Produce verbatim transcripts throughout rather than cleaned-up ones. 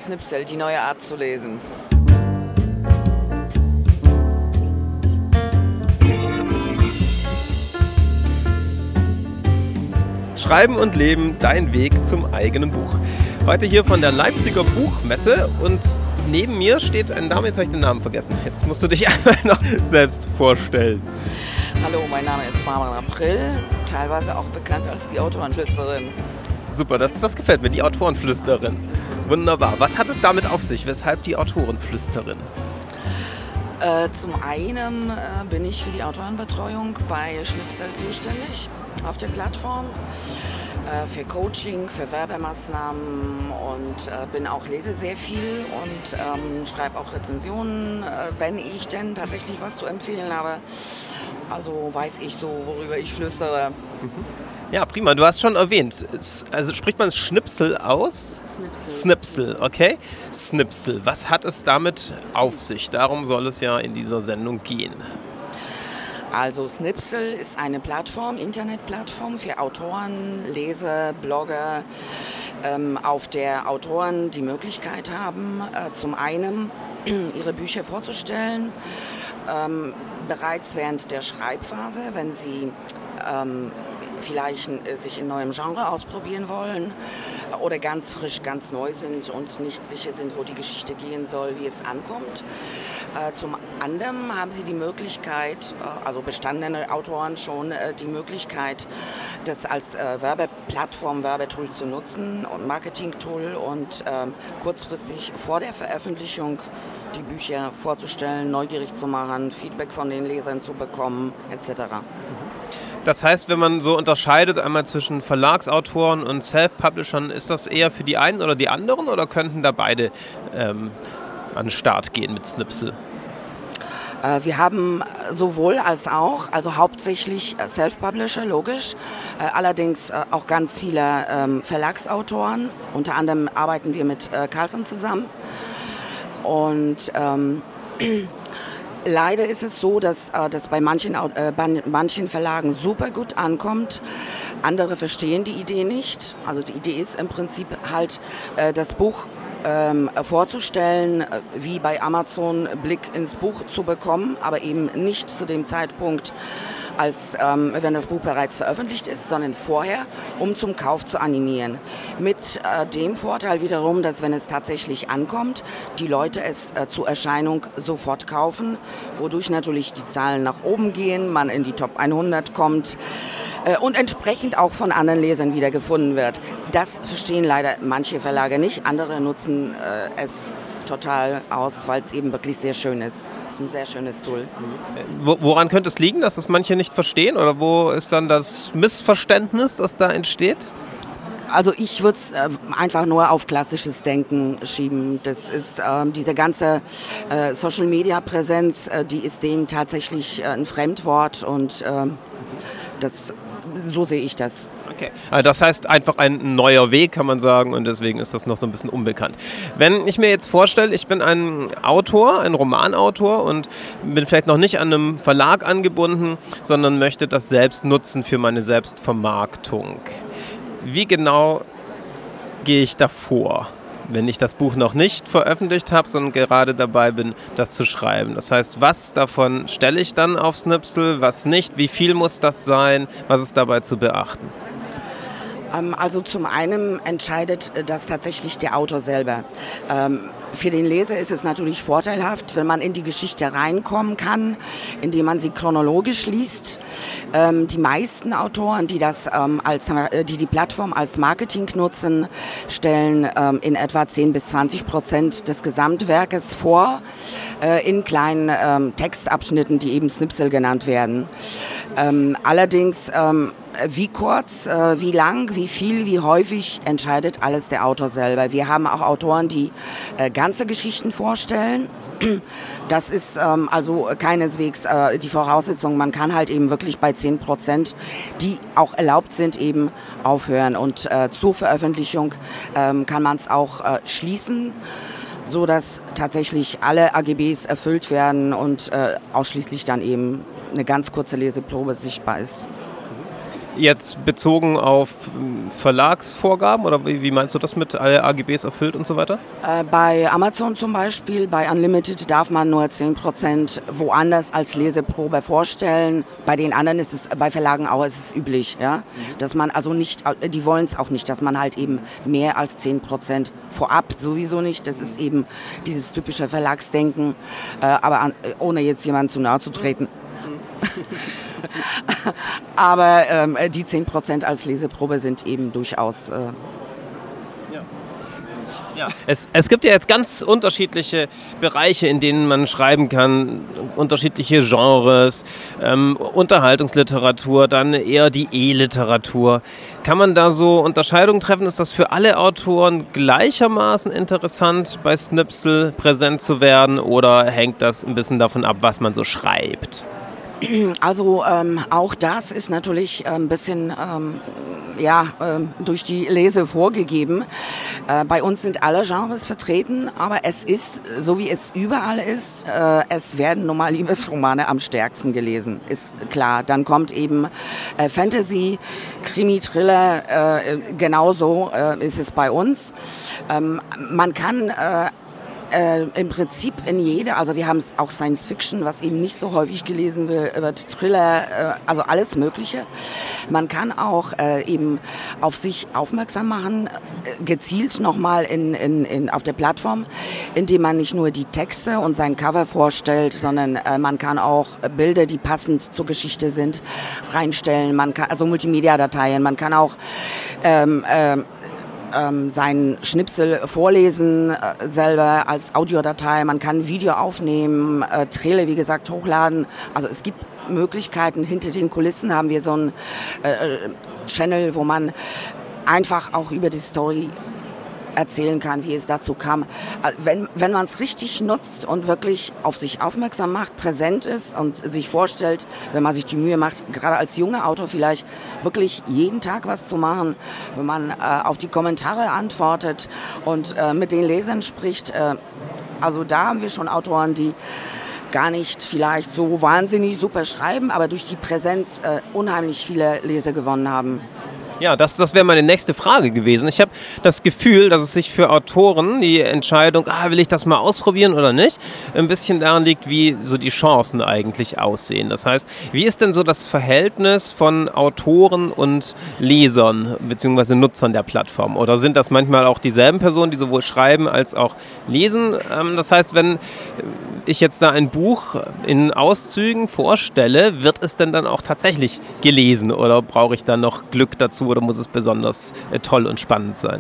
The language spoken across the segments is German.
Snipsel, die neue Art zu lesen. Schreiben und Leben, dein Weg zum eigenen Buch. Heute hier von der Leipziger Buchmesse und neben mir steht ein Name, jetzt habe ich den Namen vergessen. Jetzt musst du dich einmal noch selbst vorstellen. Hallo, mein Name ist Barbara Prill, teilweise auch bekannt als die Autorenflüsterin. Super, das, das gefällt mir, die Autorenflüsterin. Wunderbar. Was hat es damit auf sich? Weshalb die Autorenflüsterin? Äh, zum einen äh, bin ich für die Autorenbetreuung bei Schnipsel zuständig auf der Plattform, äh, für Coaching, für Werbemaßnahmen und äh, bin auch lese sehr viel und ähm, schreibe auch Rezensionen, äh, wenn ich denn tatsächlich was zu empfehlen habe. Also weiß ich so, worüber ich flüstere. Mhm. Ja, prima. Du hast schon erwähnt, es, also spricht man Schnipsel aus? Snipsel. Snipsel, okay. Snipsel. Was hat es damit auf sich? Darum soll es ja in dieser Sendung gehen. Also Snipsel ist eine Plattform, Internetplattform für Autoren, Leser, Blogger, ähm, auf der Autoren die Möglichkeit haben, äh, zum einen ihre Bücher vorzustellen, ähm, bereits während der Schreibphase, wenn sie ähm, vielleicht äh, sich in neuem Genre ausprobieren wollen oder ganz frisch, ganz neu sind und nicht sicher sind, wo die Geschichte gehen soll, wie es ankommt. Äh, zum anderen haben sie die Möglichkeit, äh, also bestandene Autoren schon, äh, die Möglichkeit, das als äh, Werbeplattform, Werbetool zu nutzen und Marketingtool und äh, kurzfristig vor der Veröffentlichung die Bücher vorzustellen, neugierig zu machen, Feedback von den Lesern zu bekommen, et cetera. Das heißt, wenn man so unterscheidet einmal zwischen Verlagsautoren und Self-Publishern, ist das eher für die einen oder die anderen oder könnten da beide ähm, an den Start gehen mit Snipsel? Äh, wir haben sowohl als auch, also hauptsächlich Self-Publisher, logisch, äh, allerdings äh, auch ganz viele ähm, Verlagsautoren. Unter anderem arbeiten wir mit äh, Carlson zusammen. Und ähm, leider ist es so, dass äh, das bei manchen, äh, bei manchen Verlagen super gut ankommt. Andere verstehen die Idee nicht. Also die Idee ist im Prinzip halt, äh, das Buch ähm, vorzustellen, äh, wie bei Amazon Blick ins Buch zu bekommen, aber eben nicht zu dem Zeitpunkt, als ähm, wenn das Buch bereits veröffentlicht ist, sondern vorher, um zum Kauf zu animieren. Mit äh, dem Vorteil wiederum, dass wenn es tatsächlich ankommt, die Leute es äh, zur Erscheinung sofort kaufen, wodurch natürlich die Zahlen nach oben gehen, man in die Top hundert kommt äh, und entsprechend auch von anderen Lesern wieder gefunden wird. Das verstehen leider manche Verlage nicht, andere nutzen äh, es total aus, weil es eben wirklich sehr schön ist. Es ist ein sehr schönes Tool. Woran könnte es liegen, dass das manche nicht verstehen? Oder wo ist dann das Missverständnis, das da entsteht? Also ich würde es äh, einfach nur auf klassisches Denken schieben. Das ist äh, diese ganze äh, Social-Media-Präsenz, äh, die ist denen tatsächlich äh, ein Fremdwort und äh, das, so sehe ich das. Okay. Das heißt einfach ein neuer Weg, kann man sagen, und deswegen ist das noch so ein bisschen unbekannt. Wenn ich mir jetzt vorstelle, ich bin ein Autor, ein Romanautor und bin vielleicht noch nicht an einem Verlag angebunden, sondern möchte das selbst nutzen für meine Selbstvermarktung. Wie genau gehe ich da vor, wenn ich das Buch noch nicht veröffentlicht habe, sondern gerade dabei bin, das zu schreiben? Das heißt, was davon stelle ich dann auf Snipsel, was nicht? Wie viel muss das sein? Was ist dabei zu beachten? Also zum einen entscheidet das tatsächlich der Autor selber. Für den Leser ist es natürlich vorteilhaft, wenn man in die Geschichte reinkommen kann, indem man sie chronologisch liest. Die meisten Autoren, die, das, als, die die Plattform als Marketing nutzen, stellen in etwa zehn bis zwanzig Prozent des Gesamtwerkes vor, in kleinen Textabschnitten, die eben Snipsel genannt werden. Allerdings wie kurz, äh, wie lang, wie viel, wie häufig, entscheidet alles der Autor selber. Wir haben auch Autoren, die äh, ganze Geschichten vorstellen. Das ist ähm, also keineswegs äh, die Voraussetzung. Man kann halt eben wirklich bei zehn Prozent, die auch erlaubt sind, eben aufhören. Und äh, zur Veröffentlichung ähm, kann man es auch äh, schließen, so dass tatsächlich alle A G Bs erfüllt werden und äh, ausschließlich dann eben eine ganz kurze Leseprobe sichtbar ist. Jetzt bezogen auf Verlagsvorgaben oder wie, wie meinst du das mit alle A G Bs erfüllt und so weiter? Äh, bei Amazon zum Beispiel, bei Unlimited darf man nur zehn Prozent woanders als Leseprobe vorstellen. Bei den anderen ist es, bei Verlagen auch ist es üblich, ja, mhm. dass man also nicht, die wollen es auch nicht, dass man halt eben mehr als zehn Prozent vorab sowieso nicht. Das ist eben dieses typische Verlagsdenken, äh, aber an, ohne jetzt jemandem zu nahe zu treten. Aber ähm, die zehn Prozent als Leseprobe sind eben durchaus... Äh, ja. Ja. Es, es gibt ja jetzt ganz unterschiedliche Bereiche, in denen man schreiben kann, unterschiedliche Genres, ähm, Unterhaltungsliteratur, dann eher die E-Literatur. Kann man da so Unterscheidungen treffen? Ist das für alle Autoren gleichermaßen interessant, bei Snipsel präsent zu werden, oder hängt das ein bisschen davon ab, was man so schreibt? Also ähm, auch das ist natürlich ein bisschen ähm, ja, ähm, durch die Lese vorgegeben. Äh, bei uns sind alle Genres vertreten, aber es ist, so wie es überall ist, äh, es werden nun mal Liebesromane am stärksten gelesen, ist klar. Dann kommt eben äh, Fantasy, Krimi, Thriller, äh, genauso äh, ist es bei uns. Ähm, man kann äh, Äh, im Prinzip in jeder, also wir haben auch Science Fiction, was eben nicht so häufig gelesen wird, Thriller, äh, also alles Mögliche. Man kann auch äh, eben auf sich aufmerksam machen, äh, gezielt nochmal in, in, in, auf der Plattform, indem man nicht nur die Texte und sein Cover vorstellt, sondern äh, man kann auch Bilder, die passend zur Geschichte sind, reinstellen. Man kann, also Multimedia-Dateien, man kann auch ähm, ähm, Ähm, seinen Schnipsel vorlesen äh, selber als Audiodatei. Man kann Video aufnehmen, äh, Trailer, wie gesagt, hochladen. Also es gibt Möglichkeiten. Hinter den Kulissen haben wir so einen äh, Channel, wo man einfach auch über die Story erzählen kann, wie es dazu kam. Wenn, wenn man es richtig nutzt und wirklich auf sich aufmerksam macht, präsent ist und sich vorstellt, wenn man sich die Mühe macht, gerade als junger Autor vielleicht wirklich jeden Tag was zu machen, wenn man äh, auf die Kommentare antwortet und äh, mit den Lesern spricht. Äh, also da haben wir schon Autoren, die gar nicht vielleicht so wahnsinnig super schreiben, aber durch die Präsenz äh, unheimlich viele Leser gewonnen haben. Ja, das, das wäre meine nächste Frage gewesen. Ich habe das Gefühl, dass es sich für Autoren die Entscheidung, ah, will ich das mal ausprobieren oder nicht, ein bisschen daran liegt, wie so die Chancen eigentlich aussehen. Das heißt, wie ist denn so das Verhältnis von Autoren und Lesern bzw. Nutzern der Plattform? Oder sind das manchmal auch dieselben Personen, die sowohl schreiben als auch lesen? Das heißt, wenn ich jetzt da ein Buch in Auszügen vorstelle, wird es denn dann auch tatsächlich gelesen oder brauche ich dann noch Glück dazu? Oder muss es besonders äh, toll und spannend sein?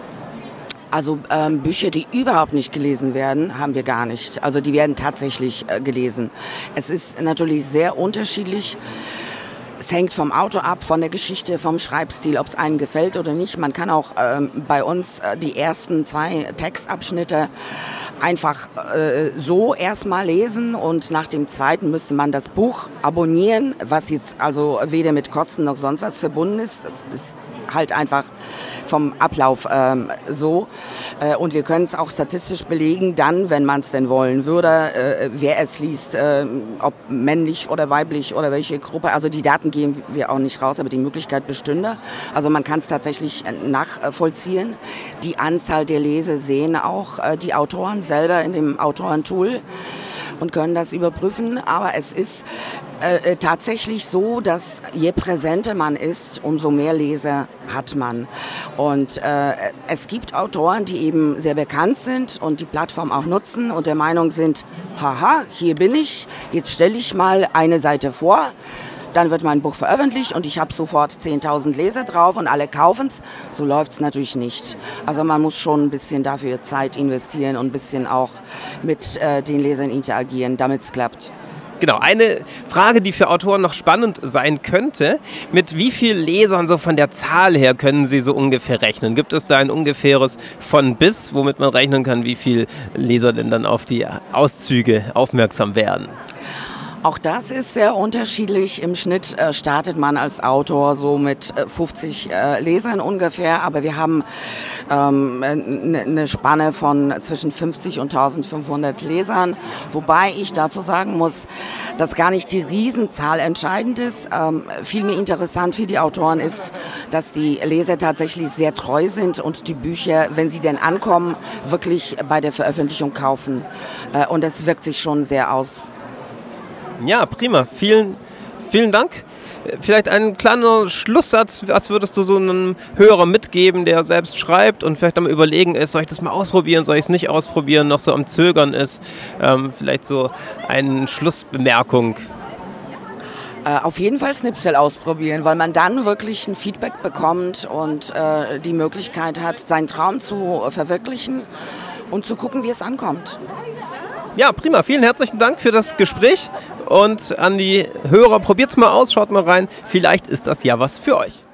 Also ähm, Bücher, die überhaupt nicht gelesen werden, haben wir gar nicht. Also die werden tatsächlich äh, gelesen. Es ist natürlich sehr unterschiedlich. Es hängt vom Autor ab, von der Geschichte, vom Schreibstil, ob es einem gefällt oder nicht. Man kann auch ähm, bei uns äh, die ersten zwei Textabschnitte einfach äh, so erstmal lesen und nach dem zweiten müsste man das Buch abonnieren, was jetzt also weder mit Kosten noch sonst was verbunden ist. Das ist halt einfach vom Ablauf ähm, so. Äh, und wir können es auch statistisch belegen, dann, wenn man es denn wollen würde, äh, wer es liest, äh, ob männlich oder weiblich oder welche Gruppe. Also die Daten geben wir auch nicht raus, aber die Möglichkeit bestünde. Also man kann es tatsächlich nachvollziehen. Die Anzahl der Leser sehen auch äh, die Autoren selber in dem Autorentool und können das überprüfen. Aber es ist äh, tatsächlich so, dass je präsenter man ist, umso mehr Leser hat man. Und äh, es gibt Autoren, die eben sehr bekannt sind und die Plattform auch nutzen und der Meinung sind, haha, hier bin ich, jetzt stelle ich mal eine Seite vor. Dann wird mein Buch veröffentlicht und ich habe sofort zehntausend Leser drauf und alle kaufen es. So läuft es natürlich nicht. Also man muss schon ein bisschen dafür Zeit investieren und ein bisschen auch mit äh, den Lesern interagieren, damit es klappt. Genau, eine Frage, die für Autoren noch spannend sein könnte. Mit wie vielen Lesern so von der Zahl her können Sie so ungefähr rechnen? Gibt es da ein ungefähres von bis, womit man rechnen kann, wie viele Leser denn dann auf die Auszüge aufmerksam werden? Auch das ist sehr unterschiedlich. Im Schnitt äh, startet man als Autor so mit äh, fünfzig äh, Lesern ungefähr, aber wir haben ähm, eine ne Spanne von zwischen fünfzig und eintausendfünfhundert Lesern, wobei ich dazu sagen muss, dass gar nicht die Riesenzahl entscheidend ist. Ähm, vielmehr interessant für die Autoren ist, dass die Leser tatsächlich sehr treu sind und die Bücher, wenn sie denn ankommen, wirklich bei der Veröffentlichung kaufen. Äh, und das wirkt sich schon sehr aus. Ja, prima. Vielen, vielen Dank. Vielleicht ein kleiner Schlusssatz. Was würdest du so einem Hörer mitgeben, der selbst schreibt und vielleicht am Überlegen ist, soll ich das mal ausprobieren, soll ich es nicht ausprobieren, noch so am Zögern ist? Ähm, vielleicht so eine Schlussbemerkung. Äh, auf jeden Fall Snipsel ausprobieren, weil man dann wirklich ein Feedback bekommt und äh, die Möglichkeit hat, seinen Traum zu verwirklichen und zu gucken, wie es ankommt. Ja, prima. Vielen herzlichen Dank für das Gespräch und an die Hörer, probiert's mal aus, schaut mal rein. Vielleicht ist das ja was für euch.